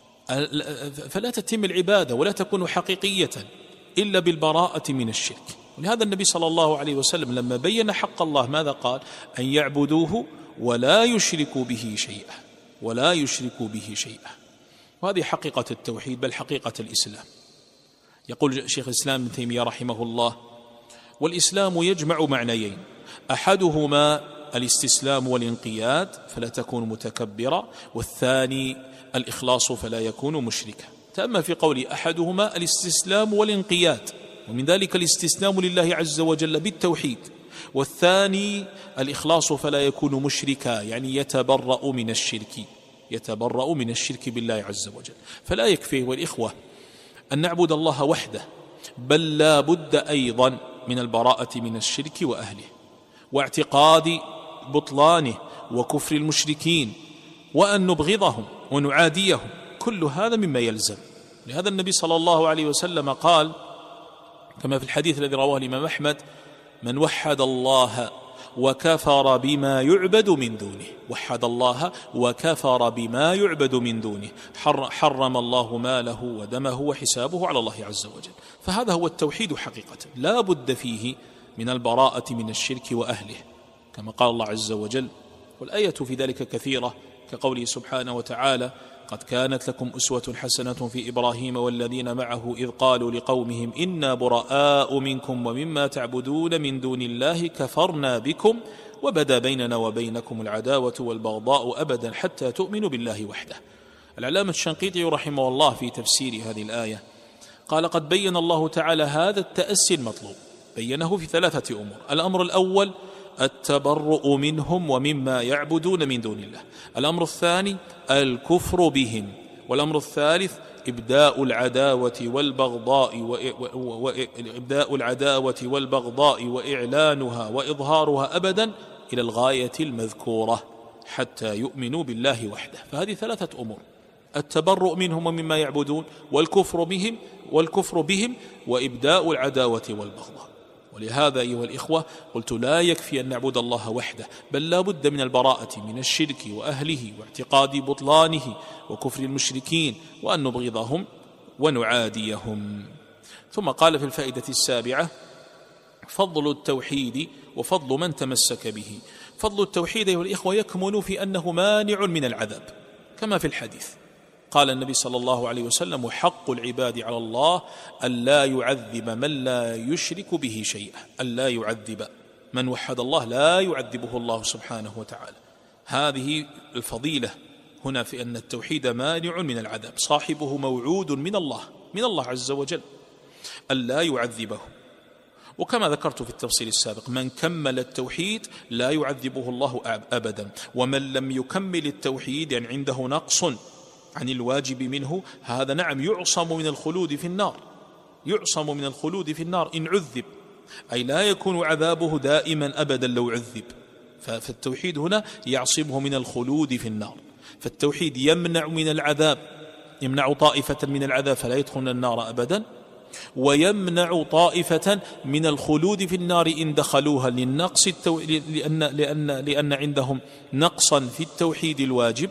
فلا تتم العبادة ولا تكون حقيقية إلا بالبراءة من الشرك. ولهذا النبي صلى الله عليه وسلم لما بين حق الله ماذا قال؟ أن يعبدوه ولا يشركوا به شيئا ولا يشركوا به شيئا. وهذه حقيقة التوحيد بل حقيقة الإسلام. يقول شيخ الإسلام ابن تيمية رحمه الله: والإسلام يجمع معنيين، أحدهما الاستسلام والانقياد فلا تكون متكبرا، والثاني الإخلاص فلا يكون مشركا. تأمل في قولي أحدهما الاستسلام والانقياد، ومن ذلك الاستسلام لله عز وجل بالتوحيد، والثاني الإخلاص فلا يكون مشركا، يعني يتبرأ من الشرك يتبرأ من الشرك بالله عز وجل. فلا يكفي والإخوة أن نعبد الله وحده، بل لا بد أيضا من البراءة من الشرك وأهله، واعتقاد بطلانه وكفر المشركين، وأن نبغضهم ونعاديهم. كل هذا مما يلزم. لهذا النبي صلى الله عليه وسلم قال كما في الحديث الذي رواه الإمام أحمد: من وحد الله وكفر بما يعبد من دونه وحد الله وكفر بما يعبد من دونه حرم الله ماله ودمه وحسابه على الله عز وجل. فهذا هو التوحيد حقيقة، لا بد فيه من البراءة من الشرك وأهله كما قال الله عز وجل. والآية في ذلك كثيرة كقوله سبحانه وتعالى: قد كانت لكم أسوة حسنة في إبراهيم والذين معه إذ قالوا لقومهم إنا براء منكم ومما تعبدون من دون الله كفرنا بكم وبدا بيننا وبينكم العداوة والبغضاء أبدا حتى تؤمنوا بالله وحده. العلامة الشنقيطي رحمه الله في تفسير هذه الآية قال: قد بين الله تعالى هذا التأسي المطلوب، بينه في ثلاثة أمور. الأمر الأول التبرؤ منهم ومما يعبدون من دون الله. الأمر الثاني الكفر بهم. والأمر الثالث إبداء العداوة والبغضاء وإبداء العداوة والبغضاء وإعلانها وإظهارها أبدا إلى الغاية المذكورة حتى يؤمنوا بالله وحده. فهذه ثلاثة أمور: التبرؤ منهم ومما يعبدون، والكفر بهم والكفر بهم وإبداء العداوة والبغضاء. ولهذا أيها الإخوة قلت لا يكفي أن نعبد الله وحده، بل لا بد من البراءة من الشرك وأهله واعتقاد بطلانه وكفر المشركين، وأن نبغضهم ونعاديهم. ثم قال في الفائدة السابعة: فضل التوحيد وفضل من تمسك به. فضل التوحيد أيها الإخوة يكمن في أنه مانع من العذاب كما في الحديث. قال النبي صلى الله عليه وسلم: حق العباد على الله ألا يعذب من لا يشرك به شيئا. ألا يعذب من وحد الله لا يعذبه الله سبحانه وتعالى. هذه الفضيلة هنا في أن التوحيد مانع من العذاب، صاحبه موعود من الله من الله عز وجل ألا يعذبه. وكما ذكرت في التفصيل السابق: من كمل التوحيد لا يعذبه الله أبدا، ومن لم يكمل التوحيد يعني عنده نقص عن الواجب منه، هذا نعم يعصم من الخلود في النار يعصم من الخلود في النار إن عذب، أي لا يكون عذابه دائما أبدا لو عذب. فالتوحيد هنا يعصمه من الخلود في النار. فالتوحيد يمنع من العذاب، يمنع طائفة من العذاب فلا يدخلون النار أبدا، ويمنع طائفة من الخلود في النار إن دخلوها للنقص التو... لأن... لأن... لأن عندهم نقصا في التوحيد الواجب،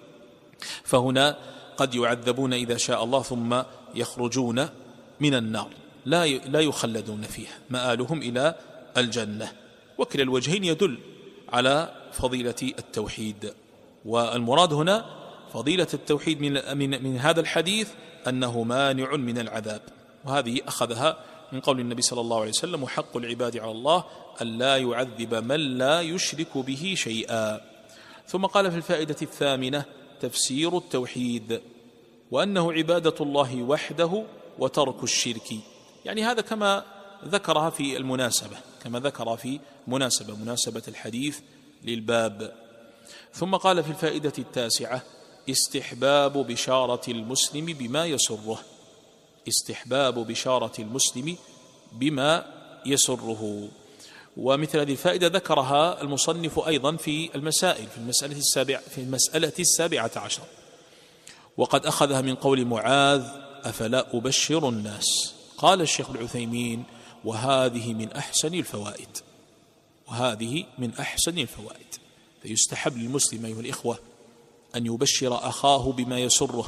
فهنا قد يعذبون إذا شاء الله ثم يخرجون من النار، لا لا يخلدون فيها، مآلهم إلى الجنة. وكلا الوجهين يدل على فضيلة التوحيد. والمراد هنا فضيلة التوحيد من, من, من هذا الحديث أنه مانع من العذاب، وهذه أخذها من قول النبي صلى الله عليه وسلم: وحق العباد على الله ألا يعذب من لا يشرك به شيئا. ثم قال في الفائدة الثامنة: تفسير التوحيد، وأنه عبادة الله وحده وترك الشرك. يعني هذا كما ذكرها في المناسبة، كما ذكر في مناسبة مناسبة الحديث للباب. ثم قال في الفائدة التاسعة: استحباب بشارة المسلم بما يسره. استحباب بشارة المسلم بما يسره. ومثل هذه الفائدة ذكرها المصنف أيضا في المسائل في المسألة السابعة في المسألة السابعة عشر، وقد أخذها من قول معاذ: أفلا أبشر الناس. قال الشيخ العثيمين: وهذه من أحسن الفوائد، وهذه من أحسن الفوائد. فيستحب للمسلم أيها الإخوة أن يبشر أخاه بما يسره،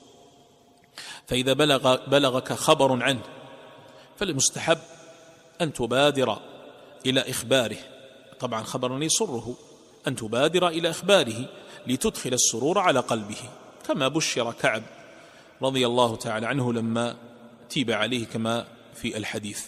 فإذا بلغ بلغك خبر عنه فالمستحب أن تبادر إلى إخباره. طبعا خبر يسره، أن تبادر إلى إخباره لتدخل السرور على قلبه، كما بشر كعب رضي الله تعالى عنه لما تيب عليه كما في الحديث.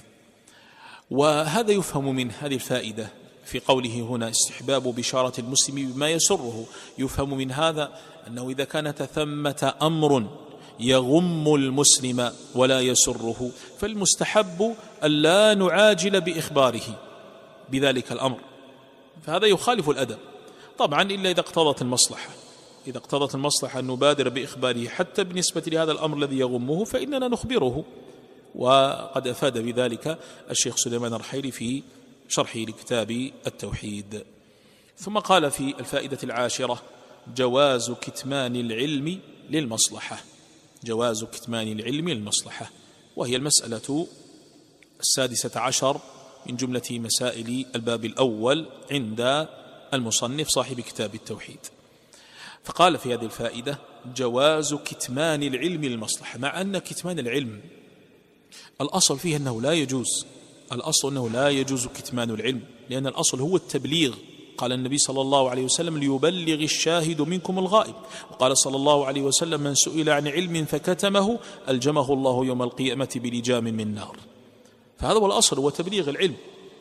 وهذا يفهم من هذه الفائدة في قوله هنا: استحباب بشارة المسلم بما يسره. يفهم من هذا أنه إذا كانت ثمة أمر يغم المسلم ولا يسره فالمستحب ألا نعاجل بإخباره بذلك الأمر، فهذا يخالف الأدب طبعا، إلا إذا اقتضت المصلحة. إذا اقتضت المصلحة أن نبادر بإخباره حتى بالنسبة لهذا الأمر الذي يغمه فإننا نخبره. وقد أفاد بذلك الشيخ سليمان الرحيلي في شرحه لكتاب التوحيد. ثم قال في الفائدة العاشرة: جواز كتمان العلم للمصلحة. جواز كتمان العلم للمصلحة، وهي المسألة السادسة عشر من جملة مسائل الباب الأول عند المصنف صاحب كتاب التوحيد. فقال في هذه الفائدة: جواز كتمان العلم للمصلحة، مع أن كتمان العلم الأصل فيه أنه لا يجوز، الأصل أنه لا يجوز كتمان العلم، لأن الأصل هو التبليغ. قال النبي صلى الله عليه وسلم: ليبلغ الشاهد منكم الغائب. وقال صلى الله عليه وسلم: من سئل عن علم فكتمه ألجمه الله يوم القيامة بلجام من نار. فهذا هو الأصل، هو تبليغ العلم.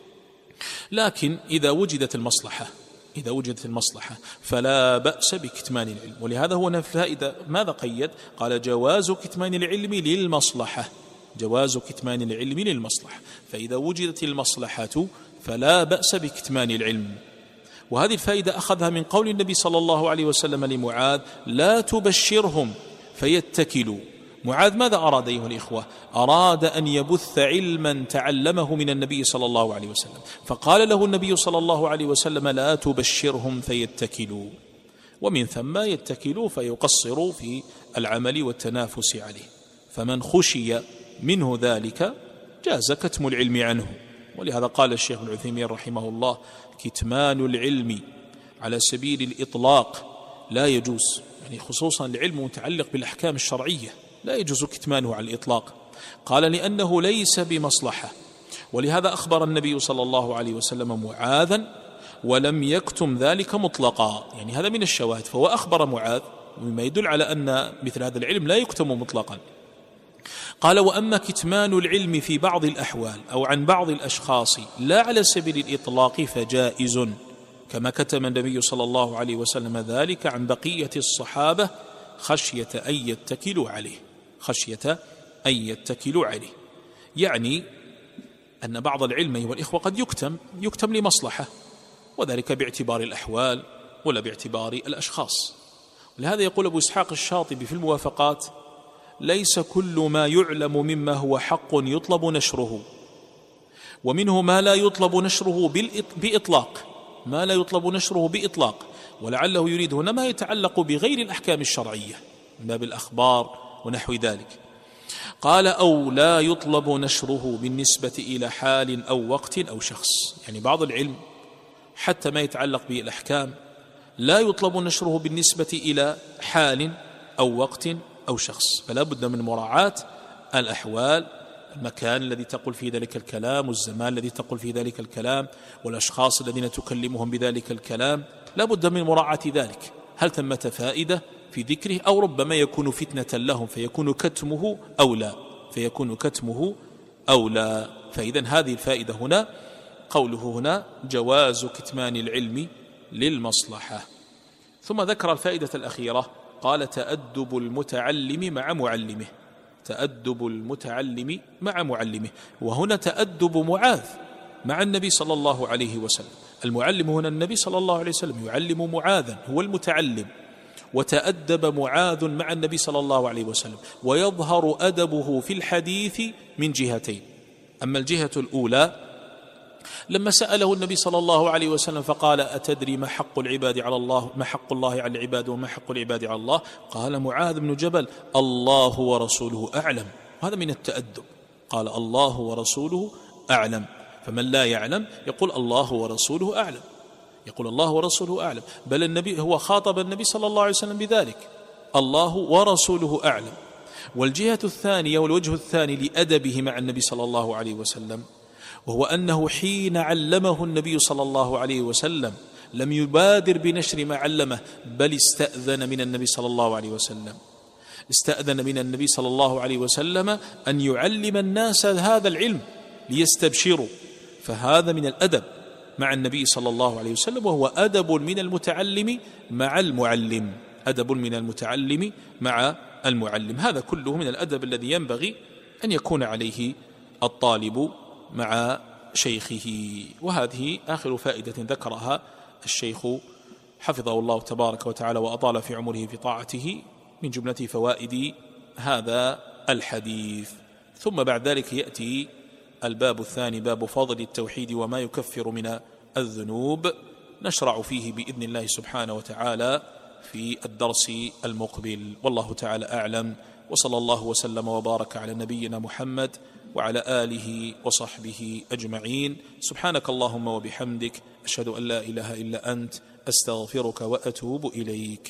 لكن إذا وجدت المصلحة إذا وجدت المصلحة فلا بأس بكتمان العلم. ولهذا هو الفائدة ماذا قيد؟ قال: جواز كتمان العلم للمصلحة. جواز كتمان العلم للمصلحة، فإذا وجدت المصلحة فلا بأس بكتمان العلم. وهذه الفائدة أخذها من قول النبي صلى الله عليه وسلم لمعاذ: لا تبشرهم فيتكلوا. معاذ ماذا أراد أيها الإخوة؟ أراد أن يبث علما تعلمه من النبي صلى الله عليه وسلم، فقال له النبي صلى الله عليه وسلم: لا تبشرهم فيتكلوا. ومن ثم يتكلوا فيقصروا في العمل والتنافس عليه. فمن خشي منه ذلك جاز كتم العلم عنه. ولهذا قال الشيخ العثيمين رحمه الله: كتمان العلم على سبيل الإطلاق لا يجوز، يعني خصوصا العلم متعلق بالأحكام الشرعية لا يجوز كتمانه على الإطلاق. قال: لأنه ليس بمصلحة. ولهذا أخبر النبي صلى الله عليه وسلم معاذا ولم يكتم ذلك مطلقا، يعني هذا من الشواهد. فهو أخبر معاذ مما يدل على أن مثل هذا العلم لا يكتم مطلقا. قال: وأما كتمان العلم في بعض الأحوال أو عن بعض الأشخاص لا على سبيل الإطلاق فجائز، كما كتم النبي صلى الله عليه وسلم ذلك عن بقية الصحابة خشية أن يتكلوا عليه خشية أن يتكلوا عليه يعني أن بعض العلم أيها الإخوة قد يكتم يكتم لمصلحة، وذلك باعتبار الأحوال ولا باعتبار الأشخاص. ولهذا يقول أبو إسحاق الشاطبي في الموافقات: ليس كل ما يعلم مما هو حق يطلب نشره، ومنه ما لا يطلب نشره بإطلاق ما لا يطلب نشره بإطلاق ولعله يريد هنا ما يتعلق بغير الأحكام الشرعية من باب الأخبار ونحو ذلك. قال: أو لا يطلب نشره بالنسبة إلى حال أو وقت أو شخص، يعني بعض العلم حتى ما يتعلق بالأحكام لا يطلب نشره بالنسبة إلى حال أو وقت أو شخص، فلا بد من مراعاة الأحوال، المكان الذي تقول فيه ذلك الكلام، والزمان الذي تقول فيه ذلك الكلام، والأشخاص الذين تكلمهم بذلك الكلام، لا بد من مراعاة ذلك. هل ثمة فائدة في ذكره أو ربما يكون فتنة لهم فيكون كتمه أو لا فيكون كتمه أو لا فإذا هذه الفائدة هنا قوله هنا: جواز كتمان العلم للمصلحة. ثم ذكر الفائدة الأخيرة، قال: تأدب المتعلم مع معلمه. تأدب المتعلم مع معلمه. وهنا تأدب معاذ مع النبي صلى الله عليه وسلم. المعلم هنا النبي صلى الله عليه وسلم يعلم معاذا، هو المتعلم، وتأدب معاذ مع النبي صلى الله عليه وسلم، ويظهر أدبه في الحديث من جهتين. أما الجهة الأولى لما سأله النبي صلى الله عليه وسلم فقال: أتدري ما حق العباد على الله، ما حق الله على العباد وما حق العباد على الله؟ قال معاذ بن جبل: الله ورسوله أعلم. هذا من التأدب، قال: الله ورسوله أعلم. فمن لا يعلم يقول: الله ورسوله أعلم، يقول: الله ورسوله أعلم. بل النبي هو خاطب النبي صلى الله عليه وسلم بذلك: الله ورسوله أعلم. والجهة الثانية والوجه الثاني لأدبه مع النبي صلى الله عليه وسلم، وهو أنه حين علمه النبي صلى الله عليه وسلم لم يبادر بنشر ما علمه، بل استأذن من النبي صلى الله عليه وسلم استأذن من النبي صلى الله عليه وسلم أن يعلم الناس هذا العلم ليستبشروا. فهذا من الأدب مع النبي صلى الله عليه وسلم، وهو أدب من المتعلم مع المعلم، أدب من المتعلم مع المعلم. هذا كله من الأدب الذي ينبغي أن يكون عليه الطالب مع شيخه. وهذه آخر فائدة ذكرها الشيخ حفظه الله تبارك وتعالى وأطال في عمره في طاعته من جملة فوائد هذا الحديث. ثم بعد ذلك يأتي الباب الثاني، باب فضل التوحيد وما يكفر من الذنوب، نشرع فيه بإذن الله سبحانه وتعالى في الدرس المقبل. والله تعالى أعلم، وصلى الله وسلم وبارك على نبينا محمد وعلى آله وصحبه أجمعين. سبحانك اللهم وبحمدك، أشهد أن لا إله إلا أنت، أستغفرك وأتوب إليك.